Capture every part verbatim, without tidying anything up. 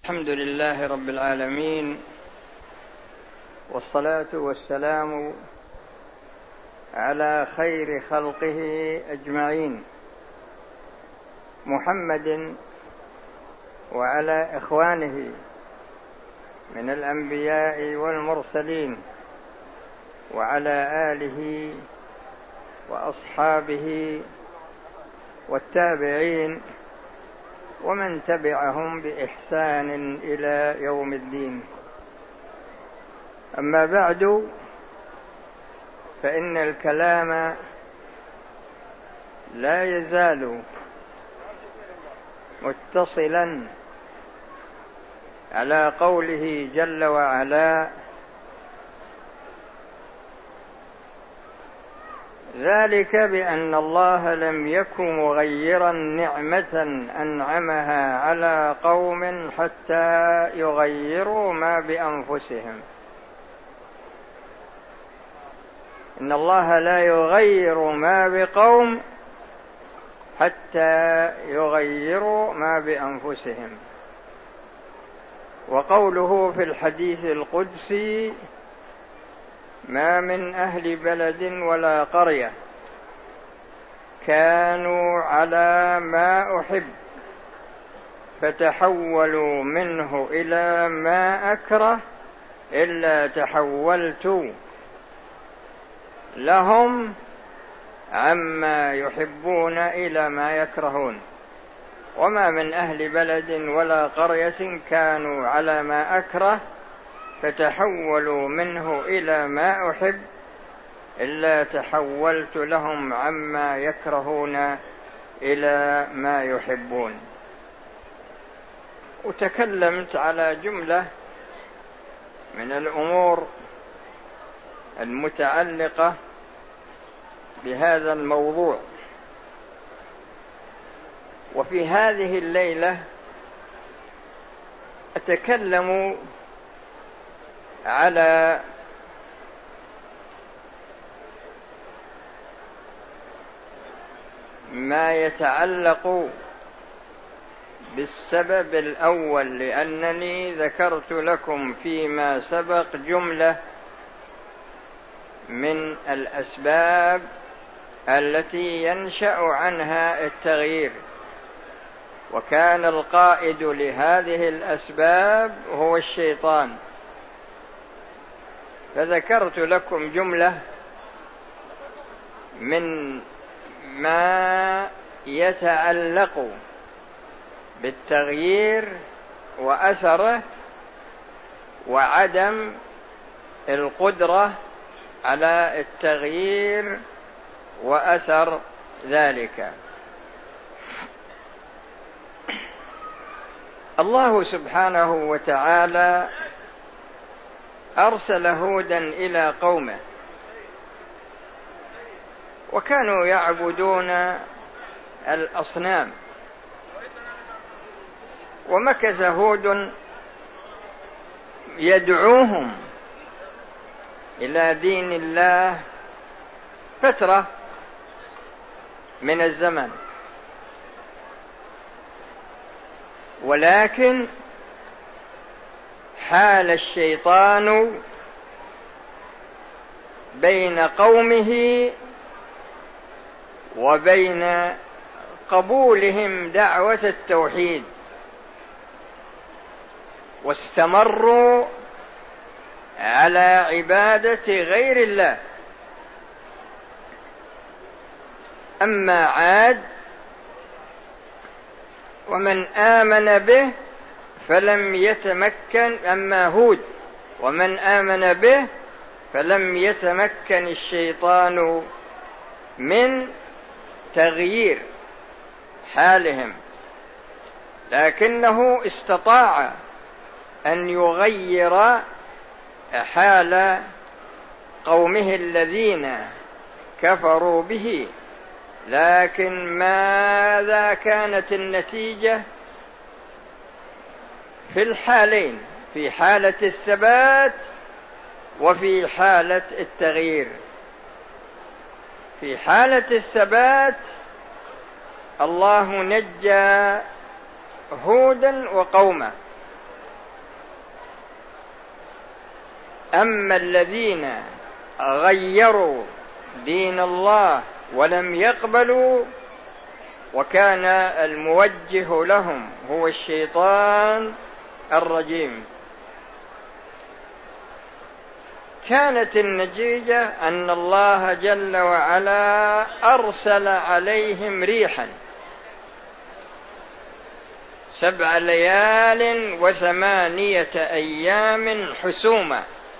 الحمد لله رب العالمين، والصلاة والسلام على خير خلقه أجمعين، محمد وعلى إخوانه من الأنبياء والمرسلين، وعلى آله وأصحابه والتابعين ومن تبعهم بإحسان إلى يوم الدين. أما بعد، فإن الكلام لا يزال متصلا على قوله جل وعلا: ذلك بأن الله لم يكن مغيرا نعمة أنعمها على قوم حتى يغيروا ما بأنفسهم. إن الله لا يغير ما بقوم حتى يغيروا ما بأنفسهم. وقوله في الحديث القدسي: ما من أهل بلد ولا قرية كانوا على ما أحب فتحولوا منه إلى ما أكره إلا تحولت لهم عما يحبون إلى ما يكرهون. وما من أهل بلد ولا قرية كانوا على ما أكره فتحولوا منه إلى ما أحب إلا تحولت لهم عما يكرهون إلى ما يحبون. وتكلمت على جملة من الأمور المتعلقة بهذا الموضوع، وفي هذه الليلة أتكلم على ما يتعلق بالسبب الأول، لأنني ذكرت لكم فيما سبق جملة من الأسباب التي ينشأ عنها التغيير، وكان القائد لهذه الأسباب هو الشيطان. فذكرت لكم جملة من ما يتعلق بالتغيير وأثره وعدم القدرة على التغيير وأثر ذلك. الله سبحانه وتعالى أرسل هودا إلى قومه، وكانوا يعبدون الأصنام، ومكث هود يدعوهم إلى دين الله فترة من الزمن، ولكن حال الشيطان بين قومه وبين قبولهم دعوة التوحيد، واستمروا على عبادة غير الله. أما عاد ومن آمن به فلم يتمكن أما هود ومن آمن به فلم يتمكن الشيطان من تغيير حالهم، لكنه استطاع أن يغير حال قومه الذين كفروا به. لكن ماذا كانت النتيجة في الحالين، في حالة الثبات وفي حالة التغيير؟ في حالة الثبات الله نجى هودا وقومه أما الذين غيروا دين الله ولم يقبلوا وكان الموجه لهم هو الشيطان الرجيم، كانت النتيجة أن الله جل وعلا أرسل عليهم ريحا سبع ليال وثمانية أيام حسوما،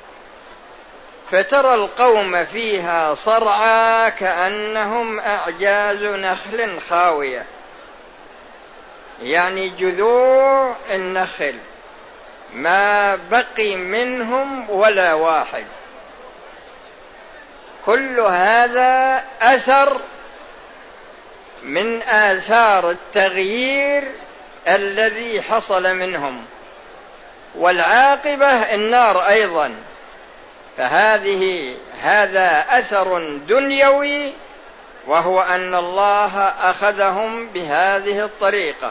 فترى القوم فيها صرعى كأنهم أعجاز نخل خاوية، يعني جذوع النخل ما بقي منهم ولا واحد. كل هذا أثر من آثار التغيير الذي حصل منهم، والعاقبة النار أيضا. فهذه هذا أثر دنيوي، وهو أن الله أخذهم بهذه الطريقة،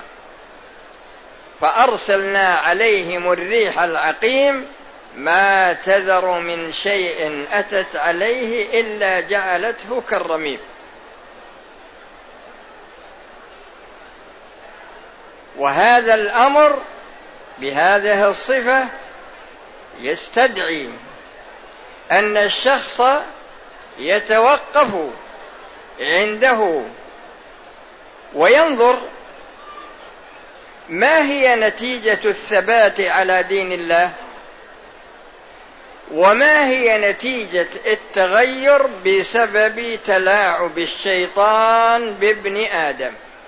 فأرسلنا عليهم الريح العقيم ما تذر من شيء أتت عليه إلا جعلته كالرميم. وهذا الأمر بهذه الصفة يستدعي أن الشخص يتوقف عنده وينظر ما هي نتيجة الثبات على دين الله، وما هي نتيجة التغير بسبب تلاعب الشيطان بابن آدم.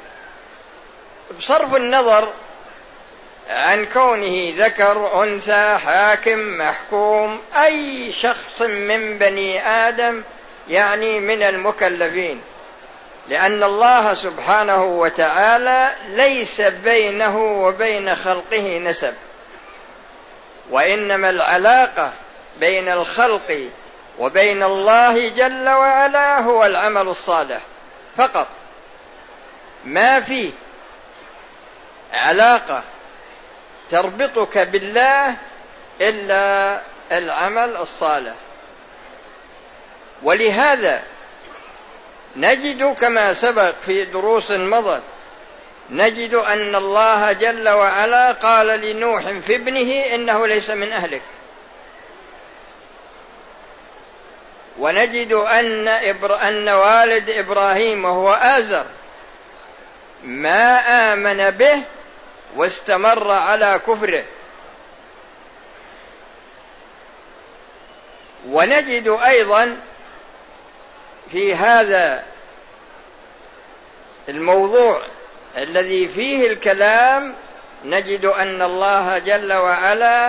بصرف النظر عن كونه ذكر أنثى حاكم محكوم أي شخص من بني آدم، يعني من المكلفين، لأن الله سبحانه وتعالى ليس بينه وبين خلقه نسب، وإنما العلاقة بين الخلق وبين الله جل وعلا هو العمل الصالح فقط، ما فيه علاقة تربطك بالله إلا العمل الصالح. ولهذا نجد كما سبق في دروس مضت، نجد أن الله جل وعلا قال لنوح في ابنه إنه ليس من أهلك، ونجد أن, إبر... أن والد إبراهيم وهو آزر ما آمن به واستمر على كفره. ونجد أيضا في هذا الموضوع الذي فيه الكلام، نجد أن الله جل وعلا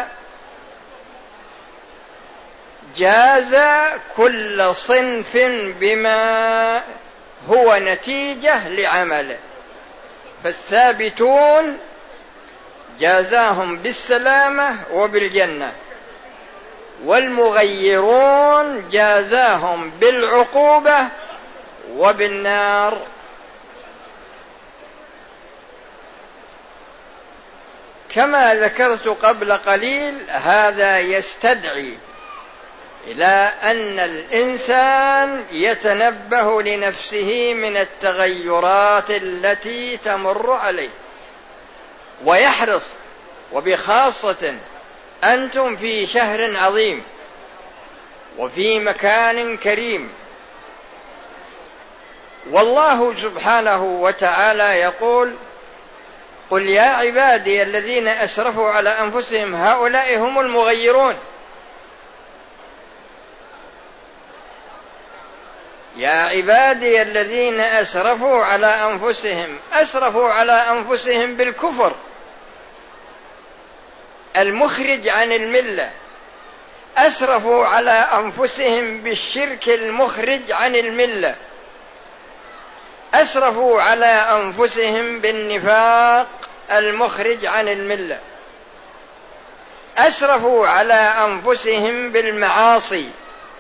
جاز كل صنف بما هو نتيجة لعمله، فالثابتون جازاهم بالسلامة وبالجنة، والمغيرون جازاهم بالعقوبة وبالنار. كما ذكرت قبل قليل، هذا يستدعي إلى أن الإنسان يتنبه لنفسه من التغيرات التي تمر عليه، ويحرص، وبخاصة أنتم في شهر عظيم وفي مكان كريم، والله سبحانه وتعالى يقول: قل يا عبادي الذين أسرفوا على أنفسهم هؤلاء هم المغيرون. يا عبادي الذين أسرفوا على أنفسهم، أسرفوا على أنفسهم بالكفر المخرج عن الملة، أسرفوا على أنفسهم بالشرك المخرج عن الملة، أسرفوا على أنفسهم بالنفاق المخرج عن الملة، أسرفوا على أنفسهم بالمعاصي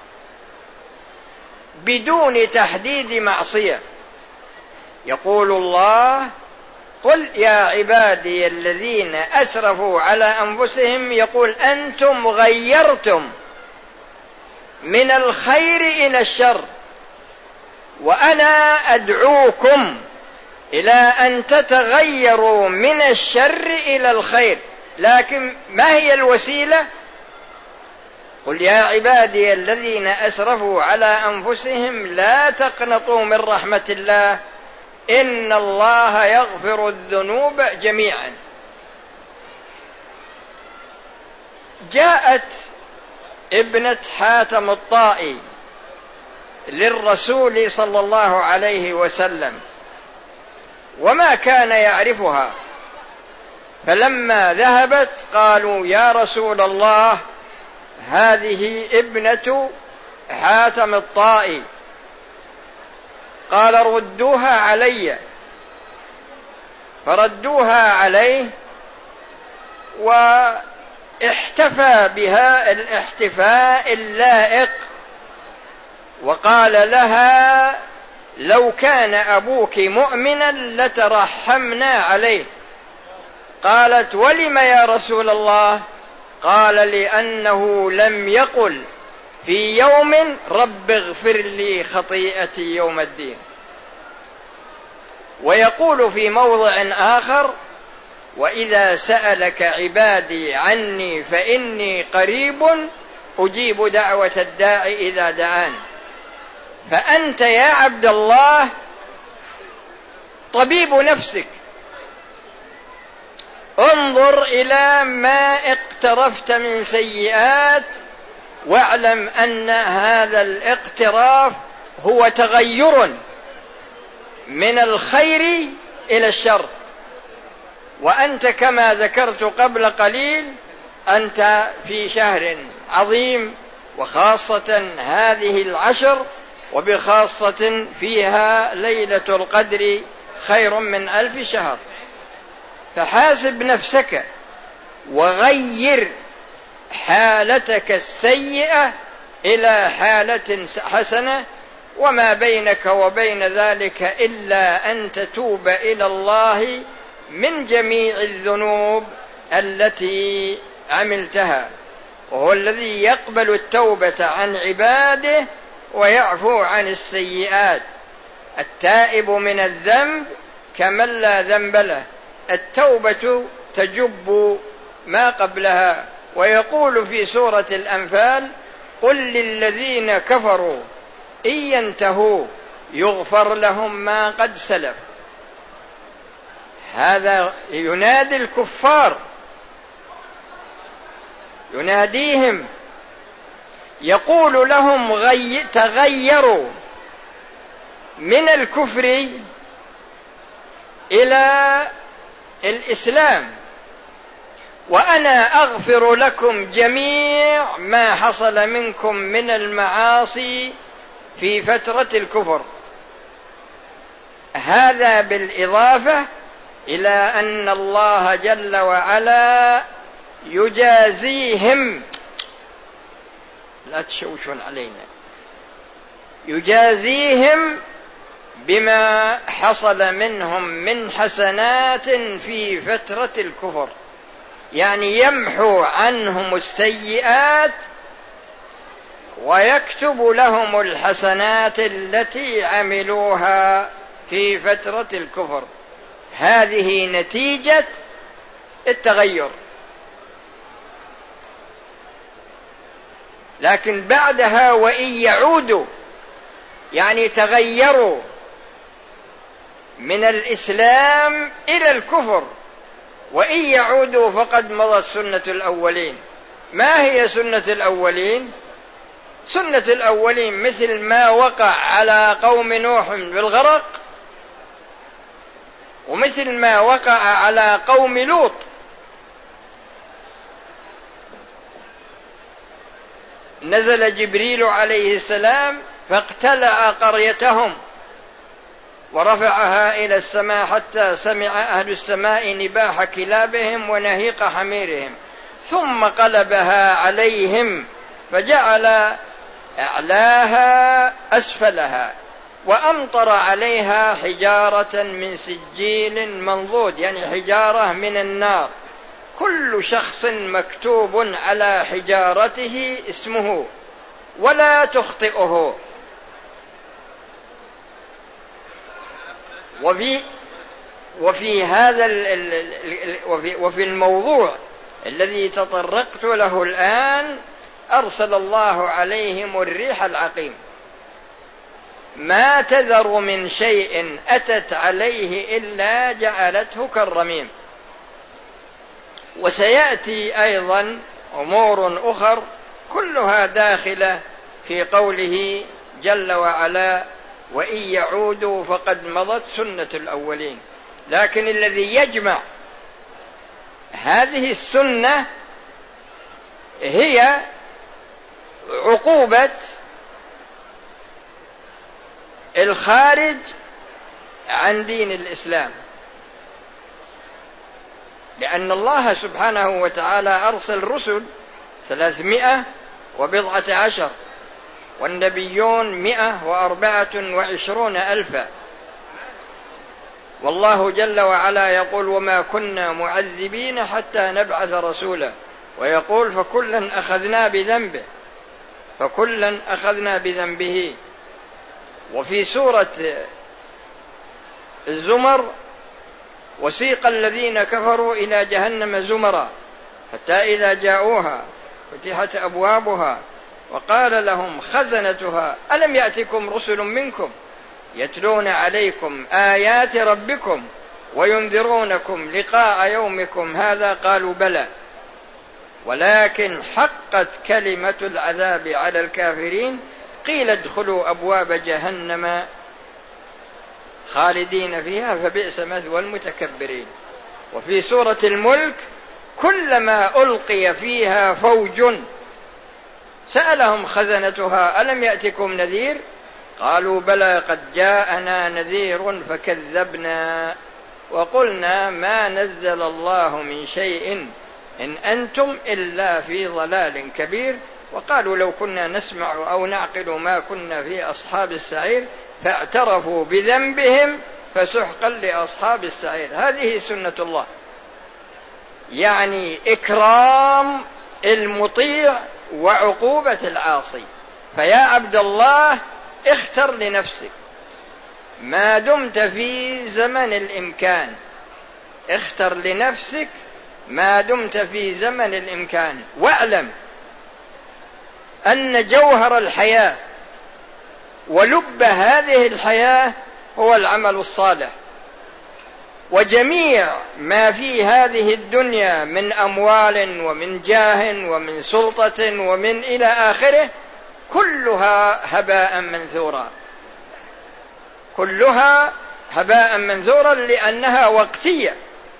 بدون تحديد معصية. يقول الله: قل يا عبادي الذين أسرفوا على أنفسهم، يقول أنتم غيرتم من الخير إلى الشر، وأنا أدعوكم إلى أن تتغيروا من الشر إلى الخير. لكن ما هي الوسيلة؟ قل يا عبادي الذين أسرفوا على أنفسهم لا تقنطوا من رحمة الله إن الله يغفر الذنوب جميعا. جاءت ابنة حاتم الطائي للرسول صلى الله عليه وسلم وما كان يعرفها، فلما ذهبت قالوا يا رسول الله هذه ابنة حاتم الطائي. قال ردوها علي، فردوها عليه واحتفى بها الاحتفاء اللائق، وقال لها لو كان أبوك مؤمنا لترحمنا عليه. قالت ولم يا رسول الله؟ قال لأنه لم يقل في يوم رب اغفر لي خطيئتي يوم الدين، ويقول في موضع آخر وإذا سألك عبادي عني فإني قريب أجيب دعوة الداعي إذا دعان. فأنت يا عبد الله طبيب نفسك، انظر إلى ما اقترفت من سيئات واعلم أن هذا الاقتراف هو تغير من الخير إلى الشر. وأنت كما ذكرت قبل قليل أنت في شهر عظيم، وخاصة هذه العشر، وبخاصة فيها ليلة القدر خير من ألف شهر. فحاسب نفسك وغير حالتك السيئة إلى حالة حسنة، وما بينك وبين ذلك إلا أن تتوب إلى الله من جميع الذنوب التي عملتها، وهو الذي يقبل التوبة عن عباده ويعفو عن السيئات. التائب من الذنب كمن لا ذنب له، التوبة تجب ما قبلها. ويقول في سورة الأنفال قل للذين كفروا إن ينتهوا يغفر لهم ما قد سلف. هذا ينادي الكفار، يناديهم يقول لهم غي... تغيروا من الكفر إلى الإسلام وأنا أغفر لكم جميع ما حصل منكم من المعاصي في فترة الكفر. هذا بالإضافة إلى أن الله جل وعلا يجازيهم، لا تشوشون علينا، يجازيهم بما حصل منهم من حسنات في فترة الكفر، يعني يمحو عنهم السيئات ويكتب لهم الحسنات التي عملوها في فترة الكفر. هذه نتيجة التغير. لكن بعدها وإن يعودوا، يعني تغيروا من الإسلام إلى الكفر، وإن يعودوا فقد مضت سنة الأولين. ما هي سنة الأولين؟ سنة الأولين مثل ما وقع على قوم نوح بالغرق، ومثل ما وقع على قوم لوط. نزل جبريل عليه السلام فاقتلع قريتهم ورفعها إلى السماء حتى سمع أهل السماء نباح كلابهم ونهيق حميرهم، ثم قلبها عليهم فجعل أعلاها أسفلها وأمطر عليها حجارة من سجيل منضود، يعني حجارة من النار، كل شخص مكتوب على حجارته اسمه ولا تخطئه. وفي وفي هذا ال وفي, وفي الموضوع الذي تطرقت له الآن أرسل الله عليهم الريح العقيم، ما تذر من شيء أتت عليه إلا جعلته كالرميم. وسيأتي أيضا أمور أخر كلها داخلة في قوله جل وعلا وإن يعودوا فقد مضت سنة الأولين. لكن الذي يجمع هذه السنة هي عقوبة الخارج عن دين الإسلام، لأن الله سبحانه وتعالى أرسل رسل ثلاثمائة وبضعة عشر، والنبيون مئة وأربعة وعشرون ألفا. والله جل وعلا يقول وما كنا معذبين حتى نبعث رسولا، ويقول فكلا أخذنا بذنبه فكلا أخذنا بذنبه. وفي سورة الزمر وسيق الذين كفروا إلى جهنم زمرا حتى إذا جاءوها فتحت أبوابها وقال لهم خزنتها ألم يأتكم رسل منكم يتلون عليكم آيات ربكم وينذرونكم لقاء يومكم هذا قالوا بلى ولكن حقت كلمة العذاب على الكافرين قيل ادخلوا أبواب جهنم خالدين فيها فبئس مثوى المتكبرين. وفي سورة الملك كلما ألقي فيها فوج سألهم خزنتها ألم يأتكم نذير قالوا بلى قد جاءنا نذير فكذبنا وقلنا ما نزل الله من شيء إن أنتم إلا في ضلال كبير وقالوا لو كنا نسمع أو نعقل ما كنا في أصحاب السعير فاعترفوا بذنبهم فسحقا لأصحاب السعير. هذه سنة الله، يعني إكرام المطيع وعقوبة العاصي. فيا عبد الله اختر لنفسك ما دمت في زمن الإمكان، اختر لنفسك ما دمت في زمن الإمكان، واعلم أن جوهر الحياة ولب هذه الحياة هو العمل الصالح. وجميع ما في هذه الدنيا من أموال ومن جاه ومن سلطة ومن إلى آخره كلها هباء منثورا، كلها هباء منثورا لأنها وقتية.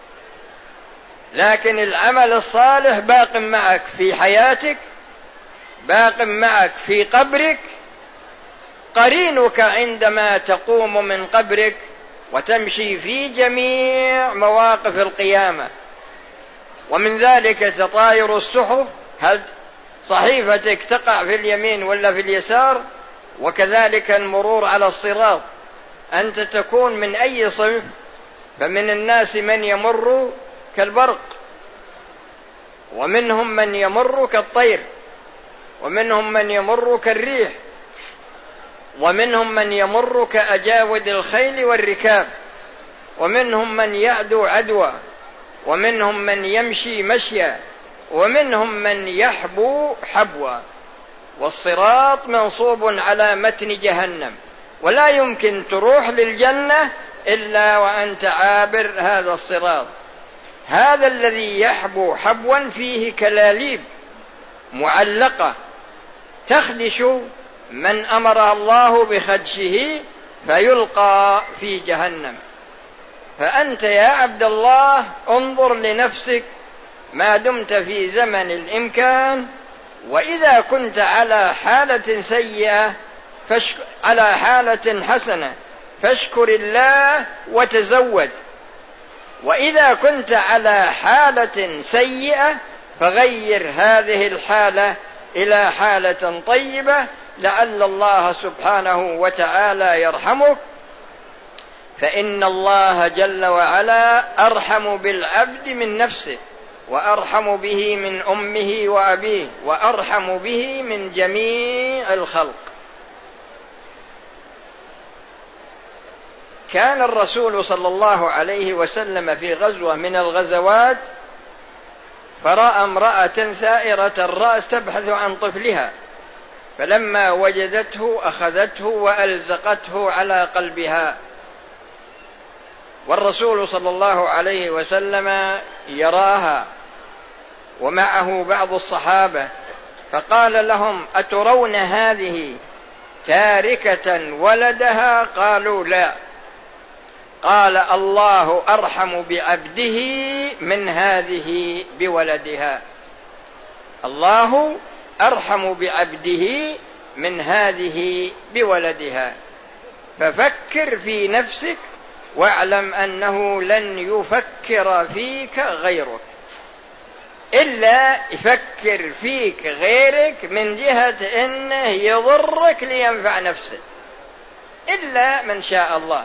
لكن العمل الصالح باق معك في حياتك، باق معك في قبرك، قرينك عندما تقوم من قبرك وتمشي في جميع مواقف القيامة. ومن ذلك تطاير الصحف، هل صحيفتك تقع في اليمين ولا في اليسار، وكذلك المرور على الصراط أنت تكون من أي صنف. فمن الناس من يمر كالبرق ومنهم من يمر كالطير ومنهم من يمر كالريح ومنهم من يمر كأجاود الخيل والركاب ومنهم من يعدو عدوى ومنهم من يمشي مشيا ومنهم من يحبو حبوا. والصراط منصوب على متن جهنم، ولا يمكن تروح للجنة إلا وأنت عابر هذا الصراط. هذا الذي يحبو حبوا فيه كلاليب معلقة تخدش من أمر الله بخدشه فيلقى في جهنم. فأنت يا عبد الله انظر لنفسك ما دمت في زمن الإمكان، وإذا كنت على حالة سيئة فاشك... على حالة حسنة فاشكر الله وتزود، وإذا كنت على حالة سيئة فغير هذه الحالة إلى حالة طيبة لعل الله سبحانه وتعالى يرحمك. فإن الله جل وعلا أرحم بالعبد من نفسه، وأرحم به من أمه وأبيه، وأرحم به من جميع الخلق. كان الرسول صلى الله عليه وسلم في غزوة من الغزوات فرأى امرأة ثائرة الرأس تبحث عن طفلها، فلما وجدته أخذته وألزقته على قلبها، والرسول صلى الله عليه وسلم يراها ومعه بعض الصحابة، فقال لهم: أترون هذه تاركة ولدها؟ قالوا: لا. قال: الله أرحم بعبده من هذه بولدها، الله أرحم بعبده من هذه بولدها، ففكر في نفسك واعلم أنه لن يفكر فيك غيرك، إلا يفكر فيك غيرك من جهة أنه يضرك لينفع نفسه، إلا من شاء الله.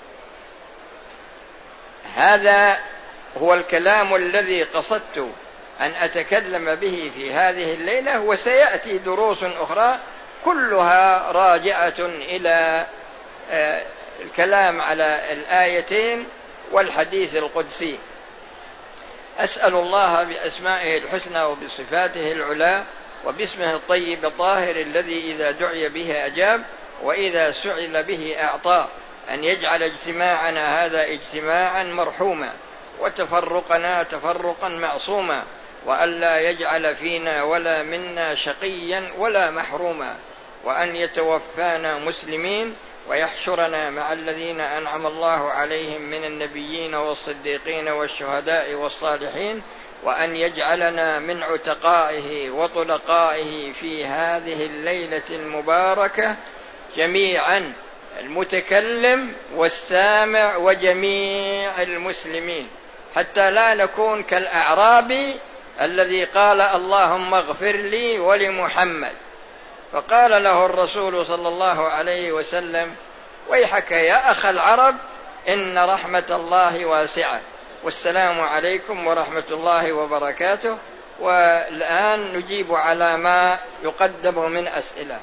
هذا هو الكلام الذي قصدت أن أتكلم به في هذه الليلة، وسيأتي دروس أخرى كلها راجعة إلى الكلام على الآيتين والحديث القدسي. أسأل الله بأسمائه الحسنى وبصفاته العلى وباسمه الطيب الطاهر الذي إذا دعي به أجاب وإذا سئل به أعطى، أن يجعل اجتماعنا هذا اجتماعا مرحوما، وتفرقنا تفرقا معصوما، وأن لا يجعل فينا ولا منا شقيا ولا محروما، وأن يتوفانا مسلمين ويحشرنا مع الذين أنعم الله عليهم من النبيين والصديقين والشهداء والصالحين، وأن يجعلنا من عتقائه وطلقائه في هذه الليلة المباركة جميعا، المتكلم والسامع وجميع المسلمين، حتى لا نكون كالأعرابي الذي قال: اللهم اغفر لي ولمحمد، فقال له الرسول صلى الله عليه وسلم: ويحك يا أخ العرب إن رحمة الله واسعة. والسلام عليكم ورحمة الله وبركاته. والآن نجيب على ما يقدم من أسئلة.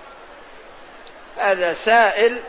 هذا سائل: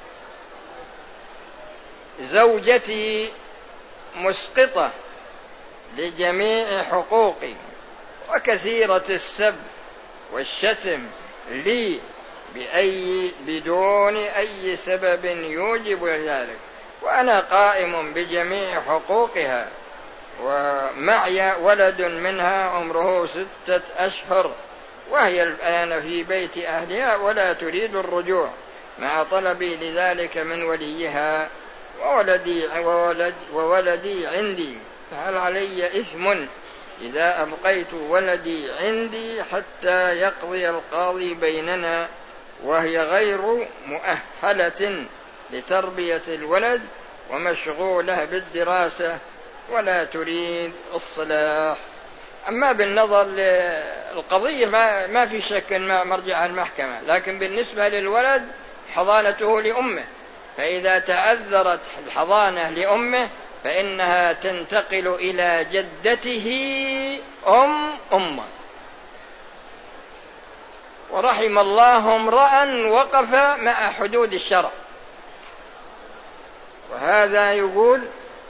زوجتي مسقطة لجميع حقوقي وكثيرة السب والشتم لي بأي بدون أي سبب يوجب ذلك، وأنا قائم بجميع حقوقها، ومعي ولد منها عمره ستة أشهر، وهي الآن في بيت أهلها ولا تريد الرجوع، مع طلبي لذلك من وليها، وولدي, وولد وولدي عندي، فهل علي إثم إذا أبقيت ولدي عندي حتى يقضي القاضي بيننا، وهي غير مؤهلة لتربية الولد ومشغولة بالدراسة ولا تريد الصلاح؟ أما بالنظر للقضية ما, ما في شك ما مرجع المحكمة، لكن بالنسبة للولد حضانته لأمه، فإذا تعذرت الحضانة لأمه فإنها تنتقل إلى جدته أم أمه. ورحم الله امرأ وقف مع حدود الشرع. وهذا يقول: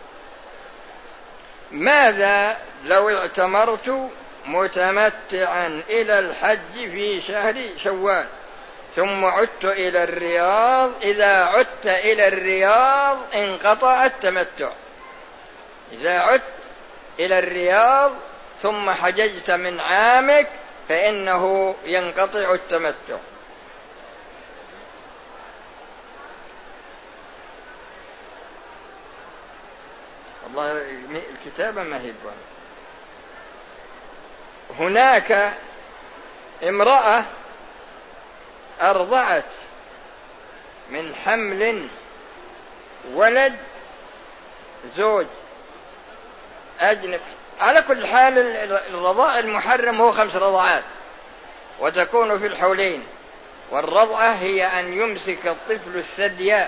ماذا لو اعتمرت متمتعا إلى الحج في شهر شوال ثم عدت إلى الرياض؟ إذا عدت إلى الرياض انقطع التمتع. إذا عدت إلى الرياض ثم حججت من عامك فإنه ينقطع التمتع. والله الكتابة ما هي بوان. هناك امرأة أرضعت من حمل ولد زوج أجنبي. على كل حال الرضاع المحرم هو خمس رضعات، وتكون في الحولين. والرضعة هي أن يمسك الطفل الثدي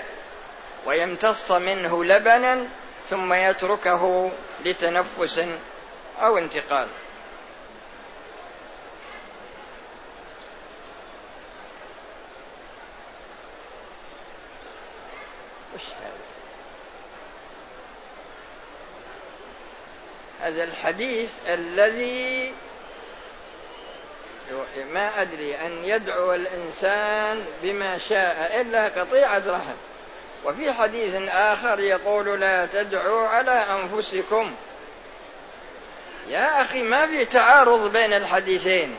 ويمتص منه لبنا ثم يتركه لتنفس أو انتقال. وش هذا؟ هذا الحديث الذي ما أدري أن يدعو الإنسان بما شاء إلا قطيعة رحم. وفي حديث آخر يقول لا تدعوا على أنفسكم. يا أخي ما في تعارض بين الحديثين،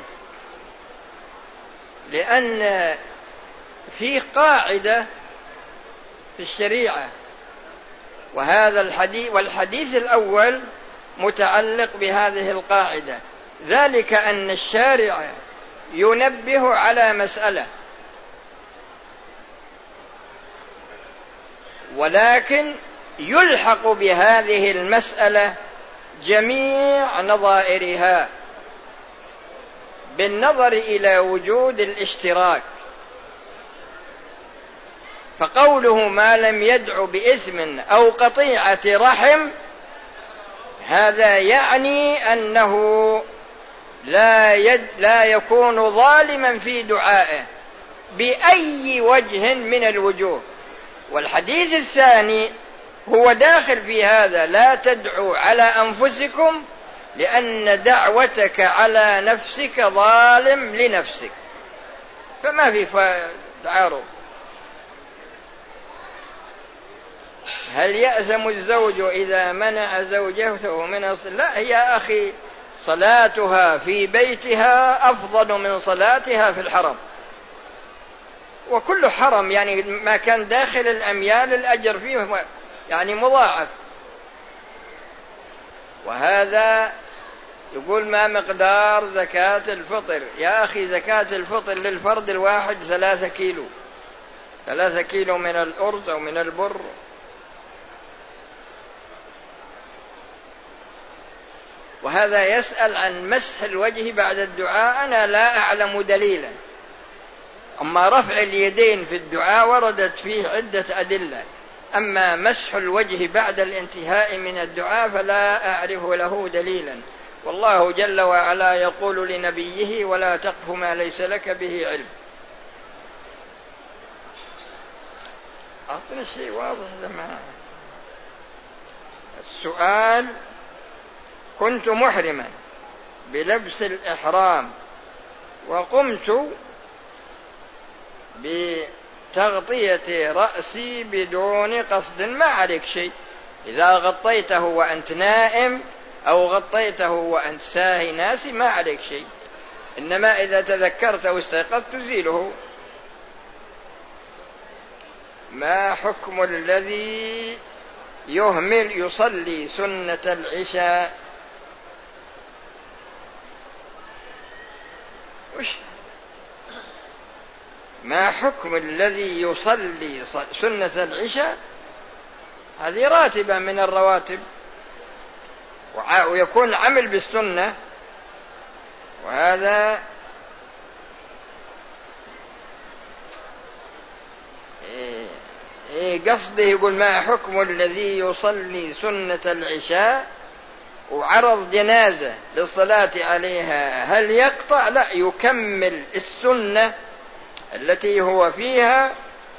لأن في قاعدة في الشريعة، وهذا الحديث والحديث الأول متعلق بهذه القاعدة، ذلك أن الشارع ينبه على مسألة، ولكن يلحق بهذه المسألة جميع نظائرها بالنظر إلى وجود الاشتراك. فقوله ما لم يدع بإثم أو قطيعة رحم، هذا يعني أنه لا, يد لا يكون ظالما في دعائه بأي وجه من الوجوه. والحديث الثاني هو داخل في هذا، لا تدعوا على أنفسكم لأن دعوتك على نفسك ظالم لنفسك، فما في تعارض. هل يأثم الزوج إذا منع زوجته من الصلاة؟ لا يا أخي، صلاتها في بيتها أفضل من صلاتها في الحرم، وكل حرم يعني ما كان داخل الأميال الأجر فيه يعني مضاعف. وهذا يقول ما مقدار زكاة الفطر؟ يا أخي زكاة الفطر للفرد الواحد ثلاثة كيلو، ثلاثة كيلو من الأرز أو من البر. وهذا يسأل عن مسح الوجه بعد الدعاء، أنا لا أعلم دليلا. أما رفع اليدين في الدعاء وردت فيه عدة أدلة، أما مسح الوجه بعد الانتهاء من الدعاء فلا أعرف له دليلا. والله جل وعلا يقول لنبيه ولا تقف ما ليس لك به علم. أعطنا شيء واضح زمان. السؤال: كنت محرما بلبس الإحرام وقمت بتغطية رأسي بدون قصد، ما عليك شيء إذا غطيته وأنت نائم أو غطيته وأنت ساهي ناسي، ما عليك شيء. إنما إذا تذكرت واستيقظت تزيله. ما حكم الذي يهمل يصلي سنة العشاء؟ وش ما حكم الذي يصلي سنة العشاء؟ هذه راتبة من الرواتب، ويكون العمل بالسنة. وهذا قصده يقول ما حكم الذي يصلي سنة العشاء وعرض جنازة للصلاة عليها، هل يقطع؟ لا، يكمل السنة التي هو فيها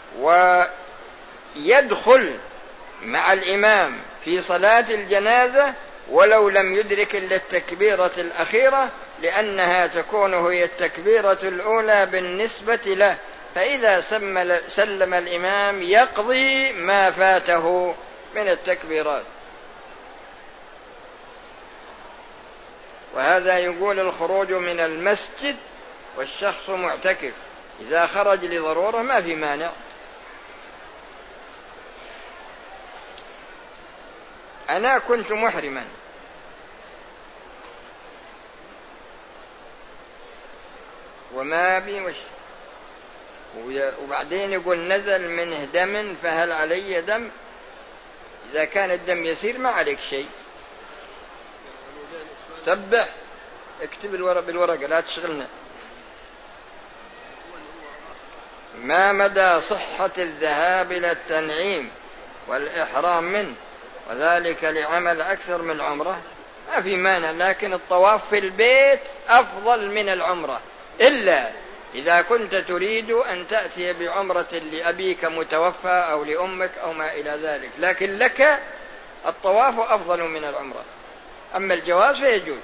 ويدخل مع الإمام في صلاة الجنازة ولو لم يدرك إلا التكبيرة الأخيرة، لأنها تكون هي التكبيرة الأولى بالنسبة له، فإذا سلم الإمام يقضي ما فاته من التكبيرات. وهذا يقول الخروج من المسجد والشخص معتكف، إذا خرج لضرورة ما في مانع. أنا كنت محرما وما بي وش، وبعدين يقول نزل منه دم فهل علي دم؟ إذا كان الدم يسير ما عليك شيء. تبع اكتب الورق بالورقة لا تشغلنا. ما مدى صحة الذهاب إلى التنعيم والإحرام منه وذلك لعمل أكثر من عمره؟ ما في مانع، لكن الطواف في البيت أفضل من العمرة، إلا إذا كنت تريد أن تأتي بعمرة لأبيك متوفى أو لأمك أو ما إلى ذلك، لكن لك الطواف أفضل من العمرة. أما الجواز فيجوز.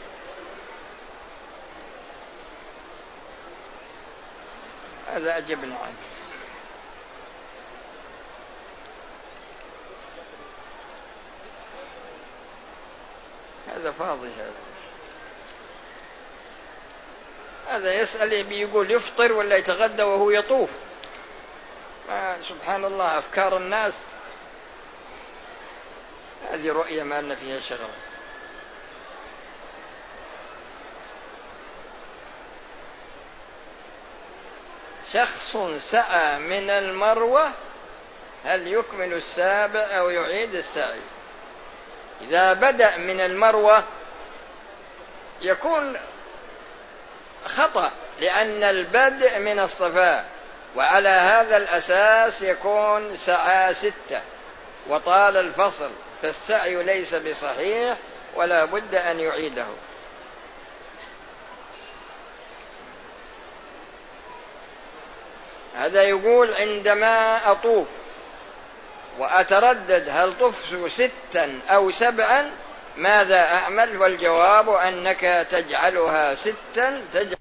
هذا أجبنا عنه. هذا فاضي. هذا هذا يسأل بيقول يفطر ولا يتغدى وهو يطوف. سبحان الله، أفكار الناس هذه رؤية ما لنا فيها شغل. شخص سعى من المروة هل يكمل السابع أو يعيد السعي؟ إذا بدأ من المروة يكون خطأ، لأن البدء من الصفا، وعلى هذا الأساس يكون سعى ستة وطال الفصل، فالسعي ليس بصحيح ولا بد أن يعيده. هذا يقول عندما أطوف وأتردد هل طفت ستا أو سبعا ماذا أعمل؟ والجواب أنك تجعلها ستا تجعل